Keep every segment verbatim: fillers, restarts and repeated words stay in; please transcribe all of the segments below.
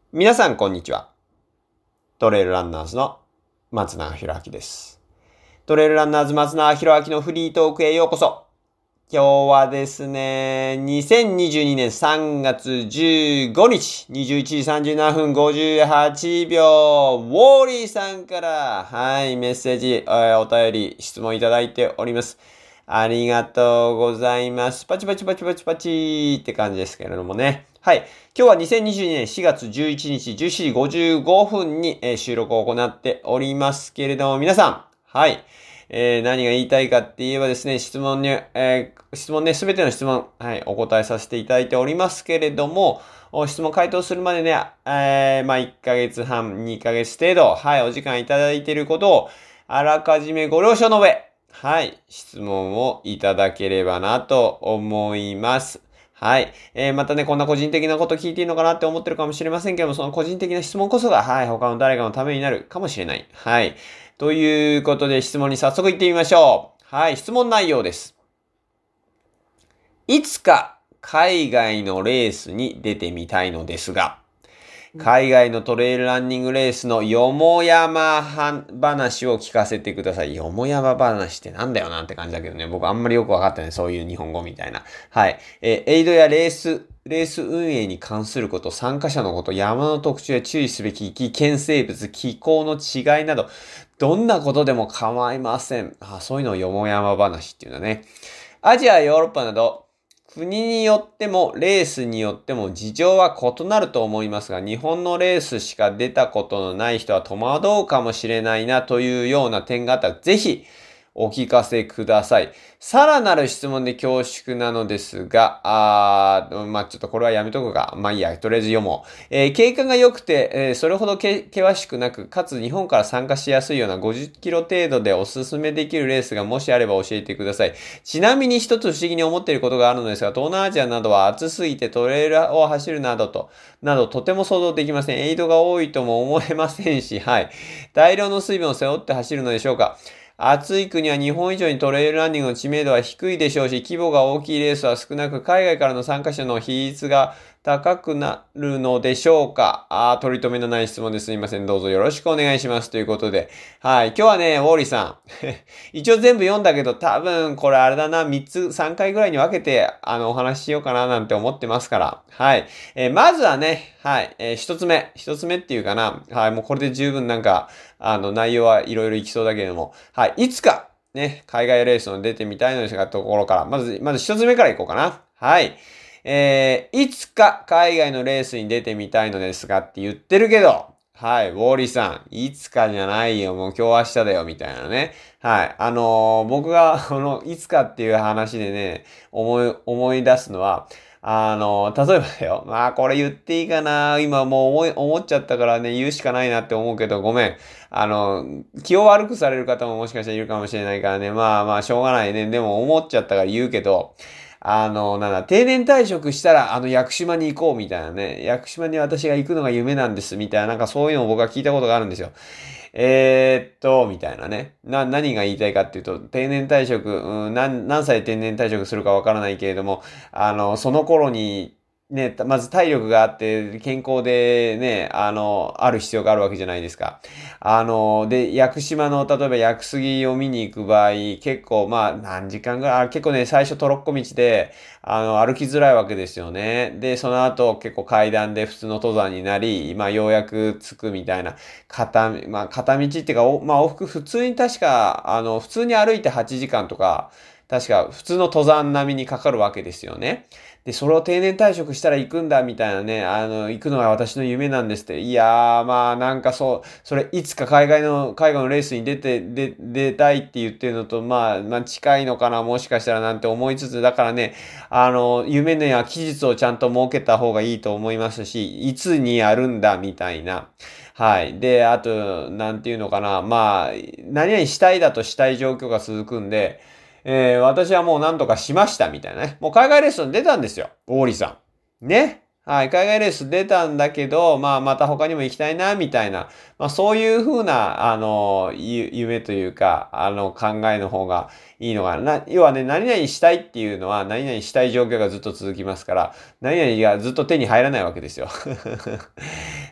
皆さんこんにちは。トレイルランナーズの松永博明です。トレイルランナーズ松永博明のフリートークへようこそ。今日はですね、にせんにじゅうにねんさんがつじゅうごにち、にじゅういちじさんじゅうななふんごじゅうはちびょう、ウォーリーさんから、はい、メッセージ、お便り、質問いただいております。ありがとうございます。パチパチパチパチパチって感じですけれどもね。はい。今日はにせんにじゅうにねんしがつじゅういちにちじゅうしちじごじゅうごふんに、えー、収録を行っておりますけれども、皆さん、はい。えー、何が言いたいかって言えばですね、質問に、えー、質問ね、すべての質問、はい、お答えさせていただいておりますけれども、質問回答するまでね、えー、まあ、いっかげつはん、にかげつ程度、はい、お時間いただいていることを、あらかじめご了承の上、はい、質問をいただければなと思います。はい。えー、またね、こんな個人的なこと聞いていいのかなって思ってるかもしれませんけども、その個人的な質問こそが、はい、他の誰かのためになるかもしれない。はい。ということで質問に早速行ってみましょう。はい、質問内容です。いつか海外のレースに出てみたいのですが、海外のトレイルランニングレースのよもやま話を聞かせてください。よもやま話ってなんだよなんて感じだけどね。僕あんまりよくわかってない。そういう日本語みたいな。はい。えー、エイドやレース、レース運営に関すること、参加者のこと、山の特徴や注意すべき危険生物、気候の違いなど、どんなことでも構いません。あ、そういうのをよもやま話っていうんだね。アジア、ヨーロッパなど、国によってもレースによっても事情は異なると思いますが、日本のレースしか出たことのない人は戸惑うかもしれないなというような点があったら、ぜひお聞かせください。さらなる質問で恐縮なのですが、あー、まあ、ちょっとこれはやめとくか。まあ、いいや、とりあえず読もう。えー、経過が良くて、えー、それほどけ険しくなく、かつ日本から参加しやすいようなごじゅっキロ程度でおすすめできるレースがもしあれば教えてください。ちなみに一つ不思議に思っていることがあるのですが、東南アジアなどは暑すぎてトレイルを走るなどと、などとても想像できません。エイドが多いとも思えませんし、はい。大量の水分を背負って走るのでしょうか。暑い国は日本以上にトレイルランニングの知名度は低いでしょうし、規模が大きいレースは少なく、海外からの参加者の比率が高くなるのでしょうか。あー、取り留めのない質問ですみません。どうぞよろしくお願いします。ということで。はい。今日はね、ウォーリーさん。一応全部読んだけど、多分これあれだな、みっつ、さんかいぐらいに分けて、あの、お話ししようかななんて思ってますから。はい。えー、まずはね、はい。えー、一つ目。一つ目っていうかな。はい。もうこれで十分なんか、あの、内容はいろいろいきそうだけれども。はい。いつか、ね、海外レースに出てみたいのですが、ところから。まず、まず一つ目からいこうかな。はい。えー、いつか海外のレースに出てみたいのですがって言ってるけど、はい、ウォーリーさん、いつかじゃないよ、もう今日明日だよ、みたいなね。はい、あのー、僕が、この、いつかっていう話でね、思い、思い出すのは、あのー、例えばだよ、まあ、これ言っていいかな、今もう思い、思っちゃったからね、言うしかないなって思うけど、ごめん。あの、気を悪くされる方ももしかしたらいるかもしれないからね、まあまあ、しょうがないね。でも思っちゃったから言うけど、あの、なんだ、定年退職したら、あの、屋久島に行こうみたいなね。屋久島に私が行くのが夢なんです、みたいな、なんかそういうのを僕は聞いたことがあるんですよ。えーっと、みたいなね。な、何が言いたいかっていうと、定年退職、うん、何、何歳定年退職するかわからないけれども、あの、その頃に、ね、まず体力があって、健康でね、あの、ある必要があるわけじゃないですか。あの、で、屋久島の、例えば屋久杉を見に行く場合、結構、まあ、何時間ぐらい、あ、結構ね、最初トロッコ道で、あの、歩きづらいわけですよね。で、その後、結構階段で普通の登山になり、まあ、ようやく着くみたいな、片、まあ、片道っていうか、おまあ、往復、普通に確か、あの、普通に歩いてはちじかんとか、確か普通の登山並みにかかるわけですよね。で、それを定年退職したら行くんだみたいなね、あの、行くのが私の夢なんですって。いやー、まあなんかそう、それいつか海外の、海外のレースに出て、で、出たいって言ってるのと、まあ、まあ近いのかな、もしかしたらなんて思いつつ、だからね、あの、夢には期日をちゃんと設けた方がいいと思いますし、いつにやるんだみたいな。はい。で、あと、なんていうのかな、まあ、何々したいだとしたい状況が続くんで、えー、私はもう何とかしましたみたいなね。もう海外レースに出たんですよ。オーリーさん。ね。はい。海外レース出たんだけど、まあまた他にも行きたいな、みたいな。まあそういう風な、あの、夢というか、あの考えの方がいいのかな。な要はね、何々したいっていうのは、何々したい状況がずっと続きますから、何々がずっと手に入らないわけですよ。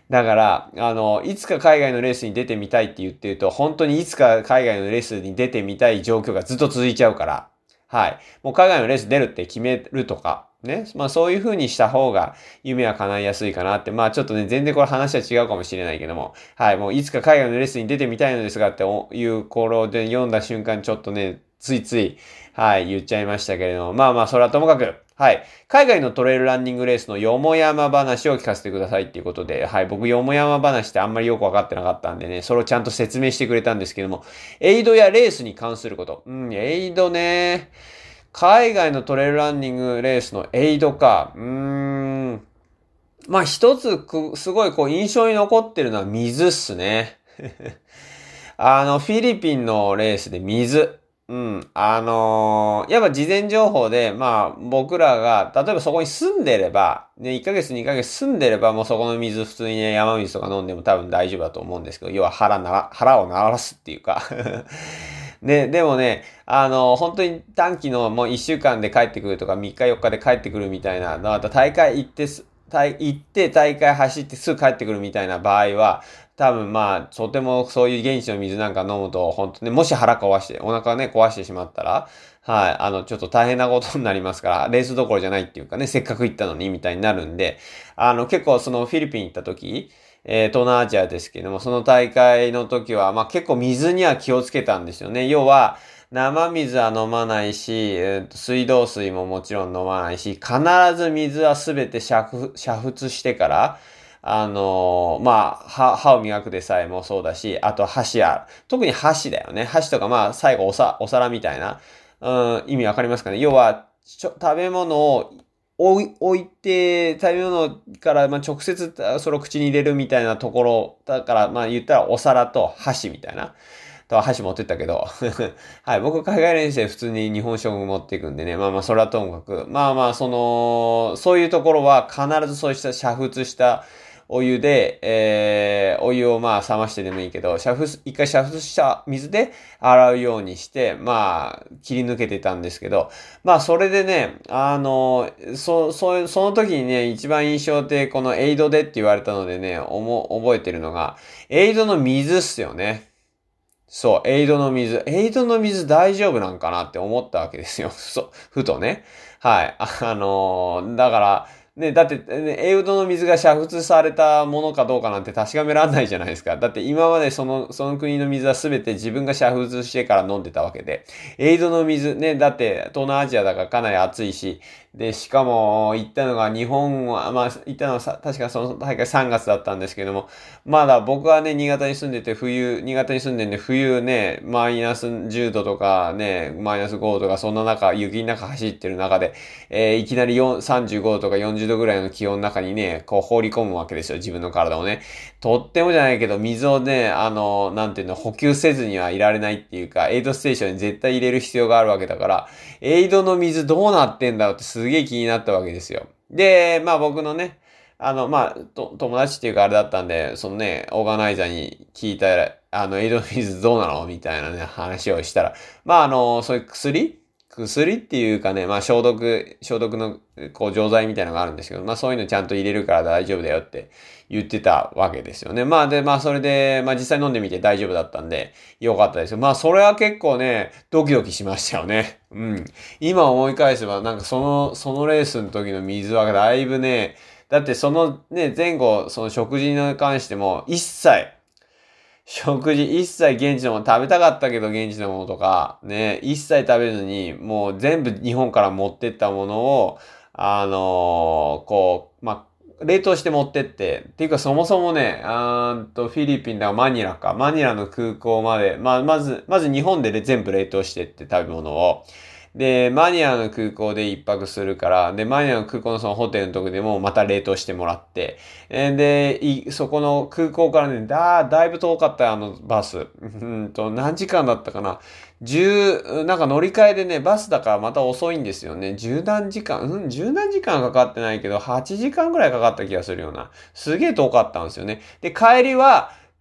だから、あの、いつか海外のレースに出てみたいって言ってると、本当にいつか海外のレースに出てみたい状況がずっと続いちゃうから、はい。もう海外のレース出るって決めるとか、ね。まあそういう風にした方が夢は叶いやすいかなって。まあちょっとね、全然これ話は違うかもしれないけども、はい。もういつか海外のレースに出てみたいのですがっていう頃で読んだ瞬間ちょっとね、ついつい、はい、言っちゃいましたけれども、まあまあそれはともかく、はい。海外のトレイルランニングレースのよもやま話を聞かせてくださいっていうことで、はい。僕よもやま話ってあんまりよくわかってなかったんでね、それをちゃんと説明してくれたんですけども、エイドやレースに関すること。うん、エイドね。海外のトレイルランニングレースのエイドか。うーん。まあ一つく、すごいこう印象に残ってるのは水っすね。あの、フィリピンのレースで水。うん。あのーやっぱ事前情報で、まあ僕らが、例えばそこに住んでれば、ね、いっかげつにかげつ住んでればもうそこの水普通にね、山水とか飲んでも多分大丈夫だと思うんですけど、要は腹なら、腹を鳴らすっていうかね、でもね、あの、本当に短期のもういっしゅうかんで帰ってくるとかみっかよっかで帰ってくるみたいな、あと大会行ってす、大行って大会走ってすぐ帰ってくるみたいな場合は、多分まあ、とてもそういう現地の水なんか飲むと、本当ね、もし腹壊して、お腹ね、壊してしまったら、はい、あの、ちょっと大変なことになりますから、レースどころじゃないっていうかね、せっかく行ったのに、みたいになるんで、あの、結構そのフィリピン行った時、えー、東南アジアですけども、その大会の時は、まあ結構水には気をつけたんですよね。要は、生水は飲まないし、えーと、水道水ももちろん飲まないし、必ず水はすべて煮沸煮沸してから、あのーまあ、歯、歯を磨くでさえもそうだし、あと箸や、特に箸だよね。箸とかまあ、最後おさ、お皿みたいな、うん、意味わかりますかね。要は、ちょ、食べ物を置い、置いて、食べ物からまあ直接それを口に入れるみたいなところ、だからまあ言ったらお皿と箸みたいな。と箸持ってったけどはい、僕海外遠征普通に日本食持っていくんでね、まあまあそれはともかく、まあまあその、そういうところは必ずそうした煮沸したお湯で、えー、お湯をまあ冷ましてでもいいけど、煮沸、一回煮沸した水で洗うようにして、まあ切り抜けてたんですけど、まあそれでね、あの、そ、そういう、その時にね、一番印象ってこのエイドでって言われたのでね、おも、覚えてるのが、エイドの水っすよね。そう、エイドの水。エイドの水大丈夫なんかなって思ったわけですよ。そう、ふとね。はい。あのーだから、ね、だって、ね、エイドの水が煮沸されたものかどうかなんて確かめられないじゃないですか。だって今までその、その国の水は全て自分が煮沸してから飲んでたわけで。エイドの水、ね、だって東南アジアだからかなり暑いし、で、しかも行ったのが日本は、まあ行ったのはさ確かその大会さんがつだったんですけども、まだ僕はね、新潟に住んでて冬、新潟に住んでんで冬ね、マイナスじゅうどとかね、マイナスごどとかそんな中、雪の中走ってる中で、えーいきなりよんさんじゅうごどとかよんじゅうどぐらいの気温の中にね、こう放り込むわけですよ、自分の体をね。とってもじゃないけど、水をね、あの、なんていうの、補給せずにはいられないっていうか、エイドステーションに絶対入れる必要があるわけだから、エイドの水どうなってんだろうってすげえ気になったわけですよ。で、まあ僕のね、あの、まあ、と、友達っていうかあれだったんで、そのね、オーガナイザーに聞いたら、あの、エイド水どうなのみたいなね、話をしたら、まあ、あの、そういう薬薬っていうかね、まあ、消毒、消毒の、こう、錠剤みたいなのがあるんですけど、まあ、そういうのちゃんと入れるから大丈夫だよって言ってたわけですよね。まあ、で、まあ、それで、まあ、実際飲んでみて大丈夫だったんで、よかったですよ。まあ、それは結構ね、ドキドキしましたよね。うん。今思い返せば、なんかその、そのレースの時の水はだいぶね、だってそのね、前後、その食事に関しても、一切、食事一切現地のもの食べたかったけど現地のものとか、ね、一切食べずに、もう全部日本から持ってったものを、あのーこう、まあ、冷凍して持ってって、っていうかそもそもね、あーんと、フィリピンだマニラか、マニラの空港まで、まあ、まず、まず日本で全部冷凍してって食べ物を、で、マニラの空港で一泊するから、で、マニラの空港のそのホテルのとこでもまた冷凍してもらって、えーで、いそこの空港からね、だ、だいぶ遠かったあのバス。うんと、何時間だったかな。十、なんか乗り換えでね、バスだからまた遅いんですよね。十何時間、うん、十何時間かかってないけど、はちじかんぐらいかかった気がするような。すげえ遠かったんですよね。で、帰りは、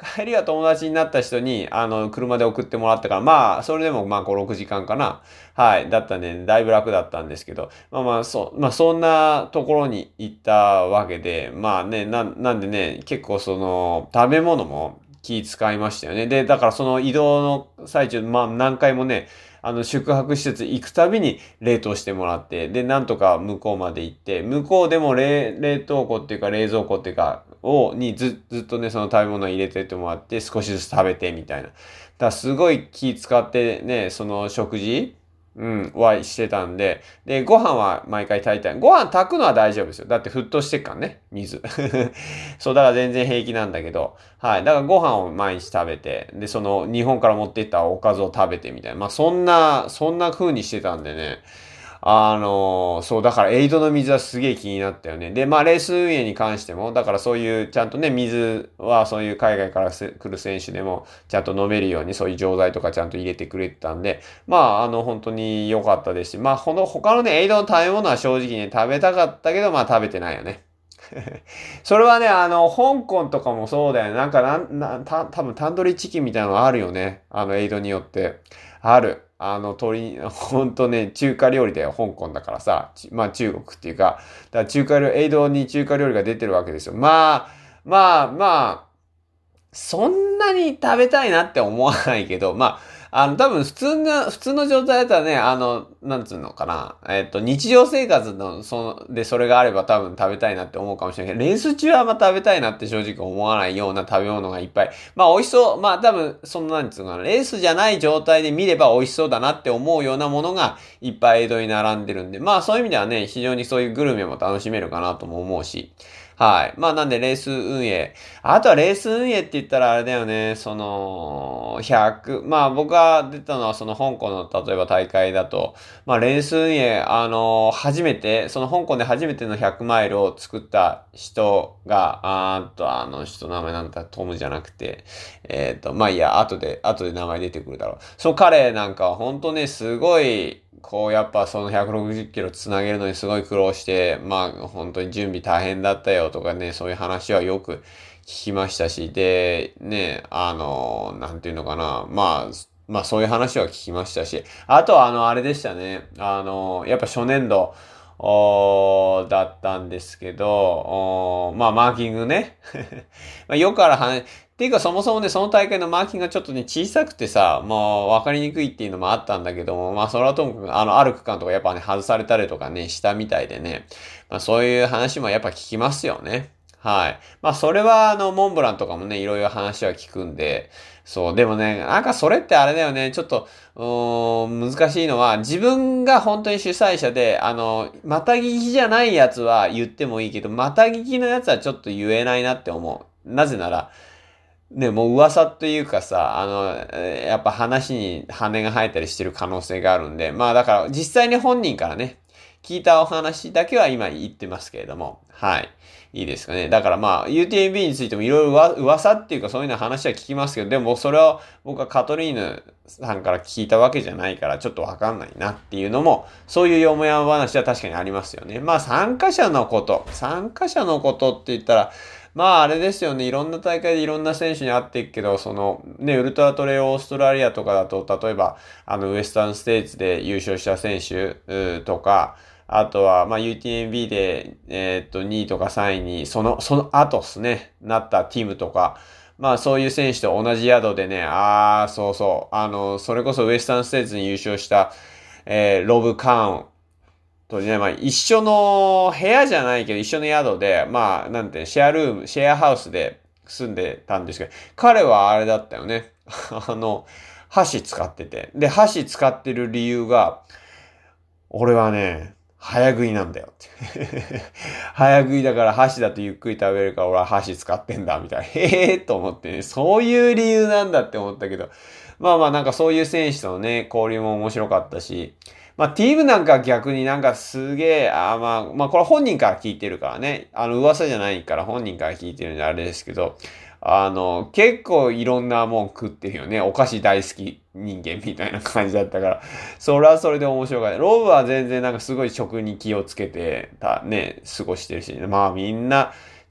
帰りは友達になった人に、あの、車で送ってもらったから、まあ、それでもまあご、ろくじかんかな。はい。だったんで、だいぶ楽だったんですけど、まあまあ、そう、まあそんなところに行ったわけで、まあね、な、なんでね、結構その、食べ物も気使いましたよね。で、だからその移動の最中、まあ何回もね、あの、宿泊施設行くたびに冷凍してもらって、で、なんとか向こうまで行って、向こうでも冷、冷凍庫っていうか冷蔵庫っていうか、を、にず、ずっとね、その食べ物を入れてってもらって、少しずつ食べてみたいな。だからすごい気使ってね、その食事うん、はしてたんで、で、ご飯は毎回炊いたい。ご飯炊くのは大丈夫ですよ。だって沸騰してっからね、水。そう、だから全然平気なんだけど、はい。だからご飯を毎日食べて、で、その日本から持っていったおかずを食べてみたいな。まあ、そんな、そんな風にしてたんでね。あのそう、だからエイドの水はすげえ気になったよね。で、まあレース運営に関しても、だからそういう、ちゃんとね、水はそういう海外から来る選手でも、ちゃんと飲めるようにそういう錠剤とかちゃんと入れてくれてたんで、まあ、あの、本当に良かったですし、まあ、この他のね、エイドの食べ物は正直ね、食べたかったけど、まあ食べてないよね。それはね、あの、香港とかもそうだよね。なんかなん、な、た、多分タンドリーチキンみたいなのあるよね。あの、エイドによって。ある。あの、鳥、ほんとね、中華料理だよ。香港だからさ。まあ、中国っていうか。だから中華料理、エイドに中華料理が出てるわけですよ。まあ、まあ、まあ、そんなに食べたいなって思わないけど、まあ、あの、多分普通の、普通の状態だったらね、あの、なんつうのかな。えっと、日常生活の、その、で、それがあれば多分食べたいなって思うかもしれないけど、レース中はあんま食べたいなって正直思わないような食べ物がいっぱい。まあ、美味しそう。まあ、多分、その、なんつうのかな。レースじゃない状態で見れば美味しそうだなって思うようなものがいっぱい江戸に並んでるんで、まあ、そういう意味ではね、非常にそういうグルメも楽しめるかなとも思うし。はい。まあなんでレース運営。あとはレース運営って言ったらあれだよね。その、ひゃく、まあ僕が出たのはその香港の例えば大会だと、まあレース運営、あの初めて、その香港で初めてのひゃくマイルを作った人が、あーっとあの人の名前なんだ、トムじゃなくて、えっと、まあいいや、後で、後で名前出てくるだろう。そう、彼なんかは本当ね、すごい、こうやっぱそのひゃくろくじゅっキロつなげるのにすごい苦労して、まあ本当に準備大変だったよとかね、そういう話はよく聞きましたし、で、ね、あの、なんていうのかな、まあ、まあそういう話は聞きましたし、あとはあの、あれでしたね、あの、やっぱ初年度、おーだったんですけど、おーまあマーキングね。まあよくある話、っていうかそもそもね、その大会のマーキングがちょっとね、小さくてさ、もう分かりにくいっていうのもあったんだけども、まあそれはともかく、あの、ある区間とかやっぱね、外されたりとかね、したみたいでね、まあそういう話もやっぱ聞きますよね。はい。まあそれはあの、モンブランとかもね、いろいろ話は聞くんで、そう、でもね、なんかそれってあれだよね、ちょっと、うーん、難しいのは、自分が本当に主催者で、あの、また聞きじゃないやつは言ってもいいけど、また聞きのやつはちょっと言えないなって思う。なぜなら、ね、もう噂というかさ、あの、えーやっぱ話に羽が生えたりしてる可能性があるんで、まあだから実際に本人からね、聞いたお話だけは今言ってますけれども、はい。いいですかね。だからまあ、ユーティーエムビー についてもいろいろ噂っていうかそういうの話は聞きますけど、でもそれを僕はカトリーヌさんから聞いたわけじゃないからちょっとわかんないなっていうのも、そういうよもやま話は確かにありますよね。まあ参加者のこと、参加者のことって言ったら、まああれですよね。いろんな大会でいろんな選手に会っていくけど、そのね、ウルトラトレイルオーストラリアとかだと、例えばあのウエスタンステーツで優勝した選手とか、あとは、まあ、ユーティーエムビー で、えーっと、にいとかさんいに、その、その後っすね、なったチームとか、まあ、そういう選手と同じ宿でね、ああ、そうそう、あの、それこそウエスタンステーツに優勝した、えー、ロブ・カーンとね、まあ、一緒の部屋じゃないけど、一緒の宿で、まあ、なんて、シェアルーム、シェアハウスで住んでたんですけど、彼はあれだったよね。あの、箸使ってて。で、箸使ってる理由が、俺はね、早食いなんだよって。早食いだから箸だとゆっくり食べれるから俺は箸使ってんだみたいな。へえーと思ってね、そういう理由なんだって思ったけど。まあまあなんかそういう選手とのね、交流も面白かったし。まあティームなんか逆になんかすげえ、あまあまあこれ本人から聞いてるからね。あの噂じゃないから本人から聞いてるんであれですけど。あの、結構いろんなもん食ってるよね。お菓子大好き人間みたいな感じだったから。それはそれで面白かった。ロブは全然なんかすごい食に気をつけてたね、過ごしてるし、まあみんな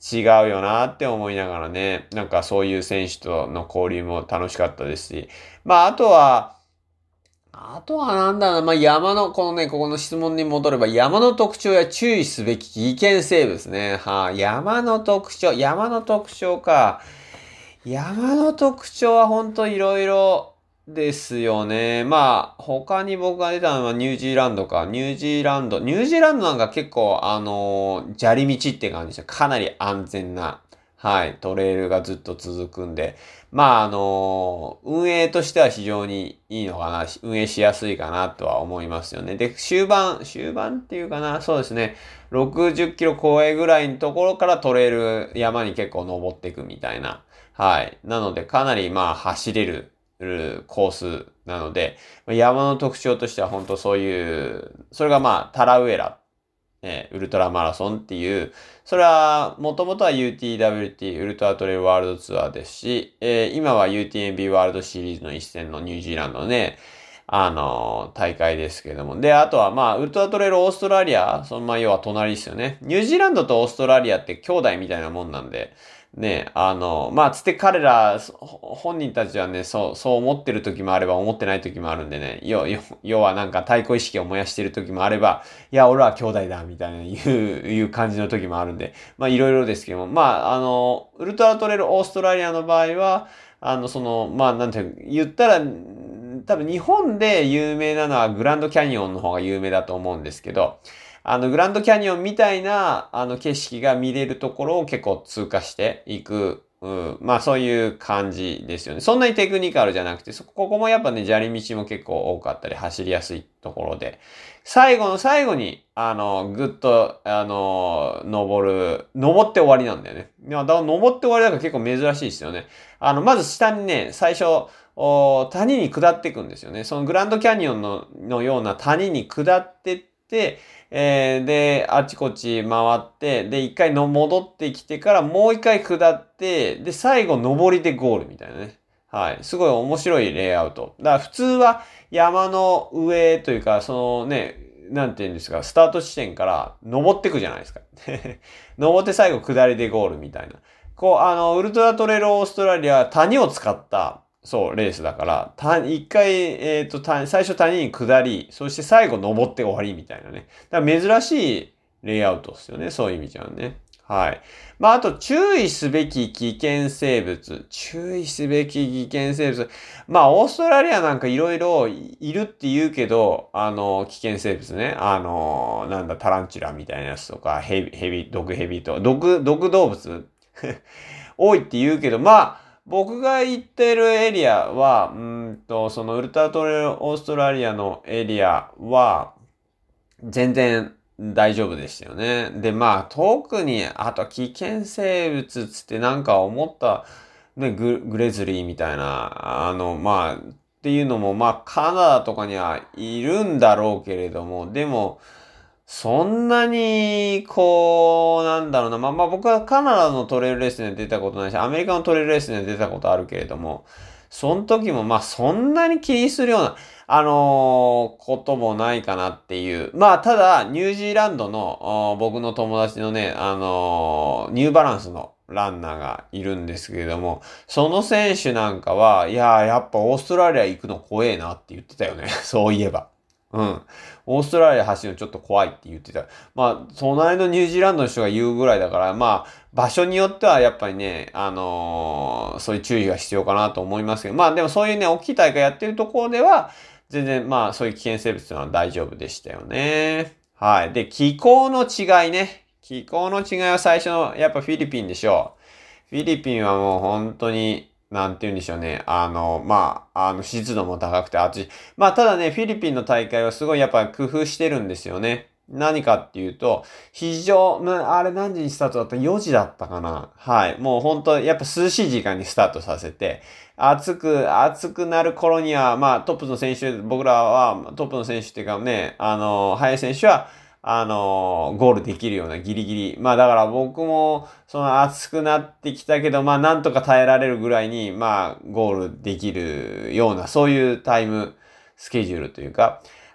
違うよなって思いながらね、なんかそういう選手との交流も楽しかったですし、まああとは、あとはなんだろうな、まあ、山の、このね、ここの質問に戻れば、山の特徴や注意すべき危険生物ね。はあ、山の特徴、山の特徴か。山の特徴はほんといろいろですよね。まあ、他に僕が出たのはニュージーランドか。ニュージーランド。ニュージーランドなんか結構、あのー砂利道って感じですよ。かなり安全な、はい、トレイルがずっと続くんで。まあ、あのー運営としては非常にいいのかな。運営しやすいかなとは思いますよね。で、終盤、終盤っていうかな。そうですね。ろくじゅっキロ超えぐらいのところからトレイル山に結構登っていくみたいな。はい。なので、かなりまあ走れるコースなので、山の特徴としては本当そういう、それがまあタラウエラ、えーウルトラマラソンっていう、それはもともとは ユーティーダブリューティー ウルトラトレイルワールドツアーですし、えー今は ユーティーエムビー ワールドシリーズの一戦のニュージーランドのね、あのー大会ですけれども。で、あとはまあ、ウルトラトレイルオーストラリア、そのまあ要は隣ですよね。ニュージーランドとオーストラリアって兄弟みたいなもんなんで、ね、あの、まあ、つって彼ら、そ本人たちはね、そう、そう思ってる時もあれば思ってない時もあるんでね、要、要要はなんか対抗意識を燃やしてる時もあれば、いや、俺は兄弟だ、みたいな、いう、いう感じの時もあるんで、まあ、いろいろですけども、まあ、あの、ウルトラトレイルオーストラリアの場合は、あの、その、まあ、なんていう、言ったら、多分日本で有名なのはグランドキャニオンの方が有名だと思うんですけど、あの、グランドキャニオンみたいな、あの、景色が見れるところを結構通過していく。うん。まあ、そういう感じですよね。そんなにテクニカルじゃなくて、そこ、ここもやっぱね、砂利道も結構多かったり、走りやすいところで。最後の最後に、あの、ぐっと、あの、登る、登って終わりなんだよね。いや、だから登って終わりだから結構珍しいですよね。あの、まず下にね、最初、お谷に下っていくんですよね。そのグランドキャニオンの、のような谷に下ってって、えー、で、あちこち回って、で、一回の戻ってきてからもう一回下って、で、最後登りでゴールみたいなね。はい。すごい面白いレイアウト。だから普通は山の上というか、そのね、なんて言うんですか、スタート地点から登ってくじゃないですか。登って最後下りでゴールみたいな。こう、あの、ウルトラトレイルオーストラリアは谷を使った、そう、レースだから、た、一回、えっと、た、最初谷に下り、そして最後登って終わりみたいなね。だから珍しいレイアウトですよね。そういう意味じゃね。はい。まあ、あと、注意すべき危険生物。注意すべき危険生物。まあ、オーストラリアなんかいろいろいるって言うけど、あの、危険生物ね。あの、なんだ、タランチュラみたいなやつとか、ヘビ、ヘビ、毒ヘビと、毒、毒動物多いって言うけど、まあ、僕が行ってるエリアは、うんと、そのウルトラトレイルオーストラリアのエリアは、全然大丈夫でしたよね。で、まあ、特に、あと危険生物つってなんか思った、ね、グ、グレズリーみたいな、あの、まあ、っていうのも、まあ、カナダとかにはいるんだろうけれども、でも、そんなに、こう、なんだろうな。まあまあ僕はカナダのトレイルレースには出たことないし、アメリカのトレイルレースには出たことあるけれども、その時もまあそんなに気にするような、あのーこともないかなっていう。まあただ、ニュージーランドの僕の友達のね、あのーニューバランスのランナーがいるんですけれども、その選手なんかは、いやーやっぱオーストラリア行くの怖えなって言ってたよね。そういえば。うん。オーストラリア走るのちょっと怖いって言ってた。まあ、隣のニュージーランドの人が言うぐらいだから、まあ、場所によってはやっぱりね、あのーそういう注意が必要かなと思いますけど、まあでもそういうね、大きい大会やってるところでは、全然まあそういう危険生物というのは大丈夫でしたよね。はい。で、気候の違いね。気候の違いは最初の、やっぱフィリピンでしょう。フィリピンはもう本当に、なんて言うんでしょうね。あの、まあ、あの、湿度も高くて暑い。まあ、ただね、フィリピンの大会はすごいやっぱ工夫してるんですよね。何かっていうと、非常、まあれ何時にスタートだった ?よ 時だったかな。はい。もう本当やっぱ涼しい時間にスタートさせて、暑く、暑くなる頃には、まあトップの選手、僕らはトップの選手っていうかね、あの、速い選手は、あの、ゴールできるようなギリギリ。まあだから僕も、その暑くなってきたけど、まあなんとか耐えられるぐらいに、まあゴールできるような、そういうタイムスケジュールというか、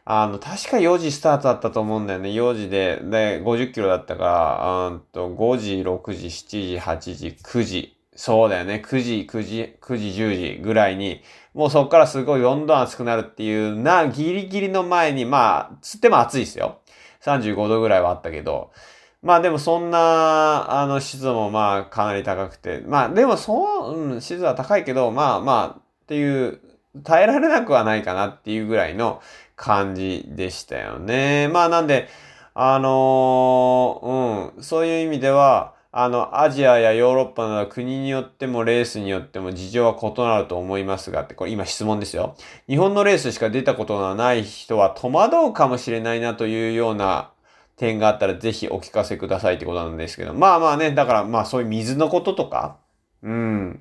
あの、確かよじスタートだったと思うんだよね。よじで、で、ごじゅっキロだったから、うんと、ごじ、ろくじ、しちじ、はちじ、くじ。そうだよね。くじ、くじ、くじ、じゅうじぐらいに、もうそこからすごいどんどん暑くなるっていうな、ギリギリの前に、まあ、つっても暑いですよ。さんじゅうごどぐらいはあったけど、まあでもそんな、あの、湿度もまあかなり高くて、まあでもそう、うん、湿度は高いけど、まあまあっていう、耐えられなくはないかなっていうぐらいの感じでしたよね。まあなんで、あのーうん、そういう意味では、あの、アジアやヨーロッパなど国によってもレースによっても事情は異なると思いますがって、これ今質問ですよ。日本のレースしか出たことがない人は戸惑うかもしれないなというような点があったらぜひお聞かせくださいってことなんですけど。まあまあね、だからまあそういう水のこととか。うん。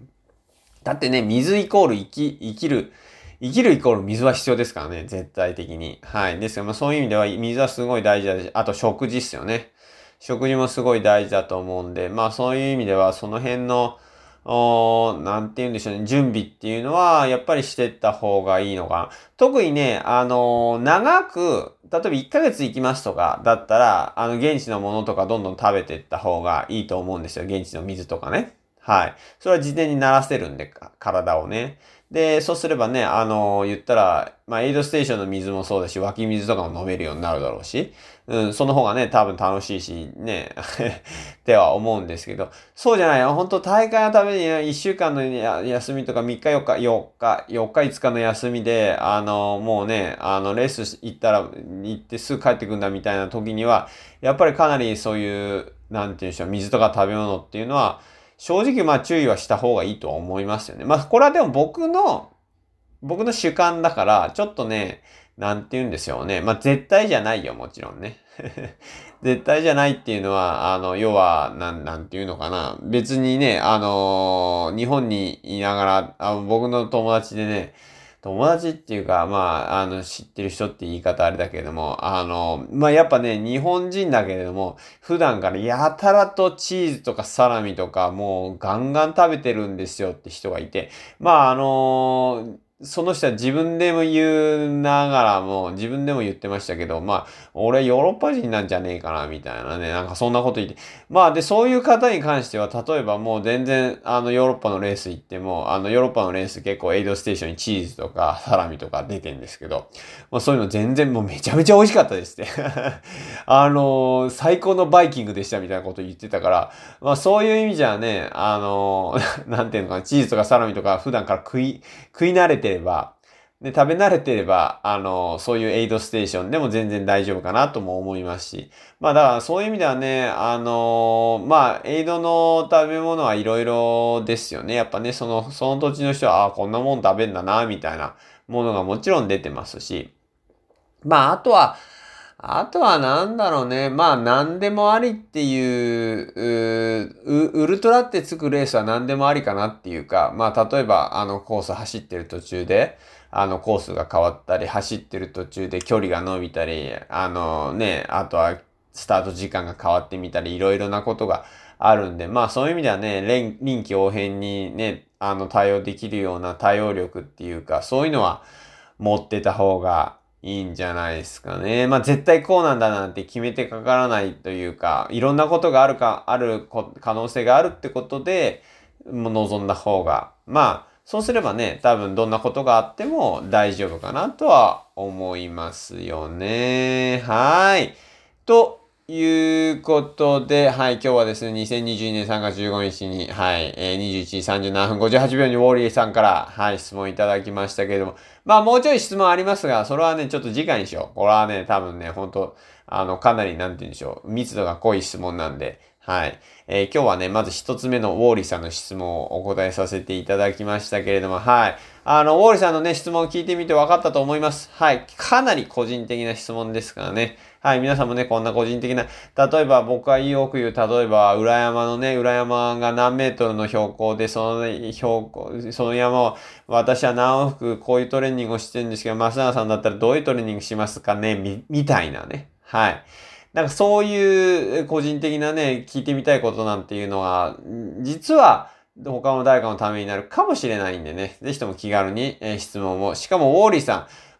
だってね、水イコール生き、生きる、生きるイコール水は必要ですからね、絶対的に。はい。ですが、まあそういう意味では水はすごい大事だし、あと食事っすよね。食事もすごい大事だと思うんで、まあそういう意味ではその辺の、おーなんて言うんでしょうね、準備っていうのは、やっぱりしてった方がいいのかな。特にね、あのー長く、例えばいっかげつ行きますとか、だったら、あの、現地のものとかどんどん食べていった方がいいと思うんですよ。現地の水とかね。はい。それは事前に慣らせるんで、か体をね。で、そうすればね、あのー言ったら、まあ、エイドステーションの水もそうだし、湧き水とかも飲めるようになるだろうし、うん、その方がね、多分楽しいし、ね、っては思うんですけど、そうじゃないよ。本当大会のためにいっしゅうかんのや休みとかみっかよっか、よっか、よっかいつかの休みで、あの、もうね、あの、レース行ったら、行ってすぐ帰ってくんだみたいな時には、やっぱりかなりそういう、なんていうんでしょう、水とか食べ物っていうのは、正直まあ注意はした方がいいと思いますよね。まあ、これはでも僕の、僕の主観だから、ちょっとね、なんて言うんですよね。まあ、絶対じゃないよ、もちろんね。絶対じゃないっていうのは、あの、要は、なん、なんていうのかな。別にね、あのー日本にいながら、あ僕の友達でね、友達っていうか、まあ、あの、知ってる人って言い方あれだけれども、あの、まあ、やっぱね、日本人だけれども、普段からやたらとチーズとかサラミとか、もうガンガン食べてるんですよって人がいて、まあ、あのその人は自分でも言うながらも、自分でも言ってましたけど、まあ、俺ヨーロッパ人なんじゃねえかな、みたいなね、なんかそんなこと言って。まあ、で、そういう方に関しては、例えばもう全然、あの、ヨーロッパのレース行っても、あの、ヨーロッパのレース結構エイドステーションにチーズとかサラミとか出てんですけど、まあそういうの全然もうめちゃめちゃ美味しかったですって。あの最高のバイキングでしたみたいなこと言ってたから、まあそういう意味じゃね、あのなんていうのかな、チーズとかサラミとか普段から食い、食い慣れてれば、で、食べ慣れてれば、あの、そういうエイドステーションでも全然大丈夫かなとも思いますし。まあだからそういう意味ではね、あの、まあ、エイドの食べ物はいろいろですよね。やっぱね、その、その土地の人は、ああ、こんなもん食べんだな、みたいなものがもちろん出てますし。まあ、あとは、あとはなんだろうね。まあ、何でもありっていう、うウルトラってつくレースは何でもありかなっていうか、まあ、例えば、あの、コース走ってる途中で、あの、コースが変わったり、走ってる途中で距離が伸びたり、あのね、あとは、スタート時間が変わってみたり、いろいろなことがあるんで、まあ、そういう意味ではね、臨臨機応変にね、あの、対応できるような対応力っていうか、そういうのは持ってた方が、いいんじゃないですかね。まあ絶対こうなんだなんて決めてかからないというか、いろんなことがあるか、ある可能性があるってことで、もう望んだ方が、まあ、そうすればね、多分どんなことがあっても大丈夫かなとは思いますよね。はい。ということで、はい、今日はですね、にせんにじゅうにねんさんがつじゅうごにちに、はい、えー、にじゅういちじさんじゅうななふんごじゅうはちびょうにウォーリーさんから、はい、質問いただきましたけれども、まあもうちょい質問ありますが、それはね、ちょっと次回にしよう。これはね、多分ね、本当あの、かなり、なんて言うんでしょう、密度が濃い質問なんで、はい。えー今日はね、まず一つ目のウォーリーさんの質問をお答えさせていただきましたけれども、はい。あの、ウォーリーさんのね、質問を聞いてみて分かったと思います。はい。かなり個人的な質問ですからね。はい。皆さんもね、こんな個人的な、例えば僕はよく言う、例えば、裏山のね、裏山が何メートルの標高で、その、ね、標高、その山を、私は何往復こういうトレーニングをしてるんですけど、増永さんだったらどういうトレーニングしますかねみ、みたいなね。はい。なんかそういう個人的なね、聞いてみたいことなんていうのは、実は他の誰かのためになるかもしれないんでね、ぜひとも気軽に、えー質問を。しかもウォーリーさん、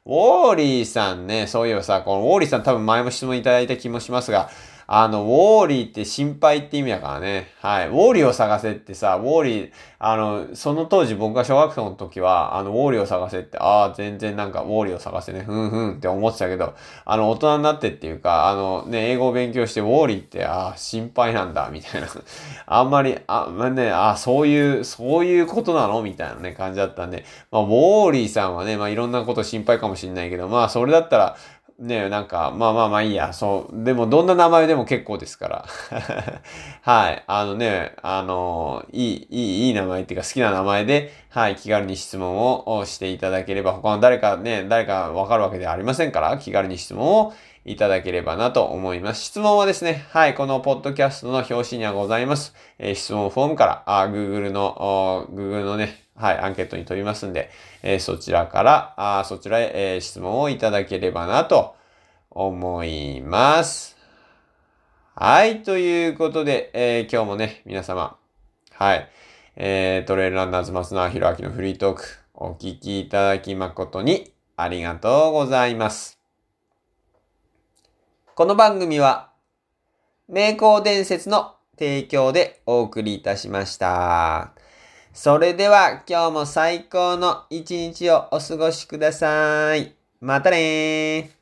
ウォーリーさんね、そういえばさ、このウォーリーさん多分前も質問いただいた気もしますが、あの、ウォーリーって心配って意味だからね。はい。ウォーリーを探せってさ、ウォーリー、あの、その当時僕が小学生の時は、あの、ウォーリーを探せって、ああ、全然なんか、ウォーリーを探せね、ふんふんって思ってたけど、あの、大人になってっていうか、あの、ね、英語を勉強して、ウォーリーって、ああ、心配なんだ、みたいな。あんまり、あ、まあね、あ、そういう、そういうことなのみたいなね、感じだったんで、まあ、ウォーリーさんはね、まあ、いろんなこと心配かもしれないけど、まあ、それだったら、ね、なんか、まあまあまあいいや。そう。でも、どんな名前でも結構ですから。はい。あのね、あの、いい、いい、いい名前っていうか好きな名前で、はい、気軽に質問をしていただければ、他の誰かね、誰かわかるわけではありませんから、気軽に質問をいただければなと思います。質問はですね、はい、このポッドキャストの表紙にはございます。えー質問フォームから、あ、Google の、Google のね、はい、アンケートに飛びますんで、えーそちらから、あ、そちらへ、えー質問をいただければなと思います。はい、ということで、えー今日もね、皆様、はい、えートレイルランナーズ増田弘明のフリートーク、お聞きいただき誠にありがとうございます。この番組は、名工伝説の提供でお送りいたしました。それでは今日も最高の一日をお過ごしください。またねー。